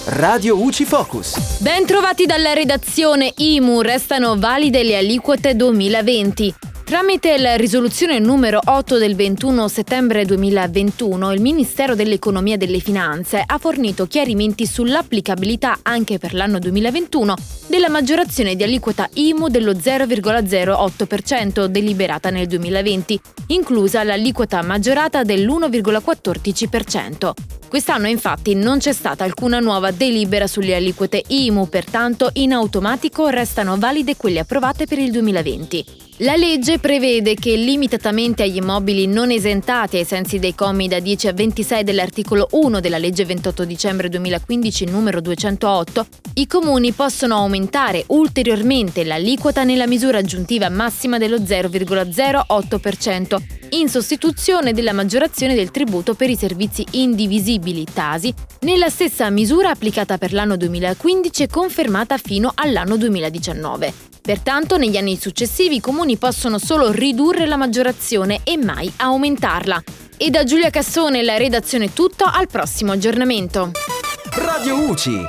Radio UCI Focus. Ben trovati dalla redazione. IMU, restano valide le aliquote 2020. Tramite la risoluzione numero 8 del 21 settembre 2021, il Ministero dell'Economia e delle Finanze ha fornito chiarimenti sull'applicabilità anche per l'anno 2021 della maggiorazione di aliquota IMU dello 0,08% deliberata nel 2020, inclusa l'aliquota maggiorata dell'1,14%. Quest'anno infatti non c'è stata alcuna nuova delibera sulle aliquote IMU, pertanto in automatico restano valide quelle approvate per il 2020. La legge prevede che, limitatamente agli immobili non esentati ai sensi dei commi da 10 a 26 dell'articolo 1 della legge 28 dicembre 2015 numero 208, i comuni possono aumentare ulteriormente l'aliquota nella misura aggiuntiva massima dello 0,08%, in sostituzione della maggiorazione del tributo per i servizi indivisibili TASI, nella stessa misura applicata per l'anno 2015 e confermata fino all'anno 2019. Pertanto, negli anni successivi i comuni possono solo ridurre la maggiorazione e mai aumentarla. E da Giulia Cassone la redazione è tutto, al prossimo aggiornamento. Radio UCI.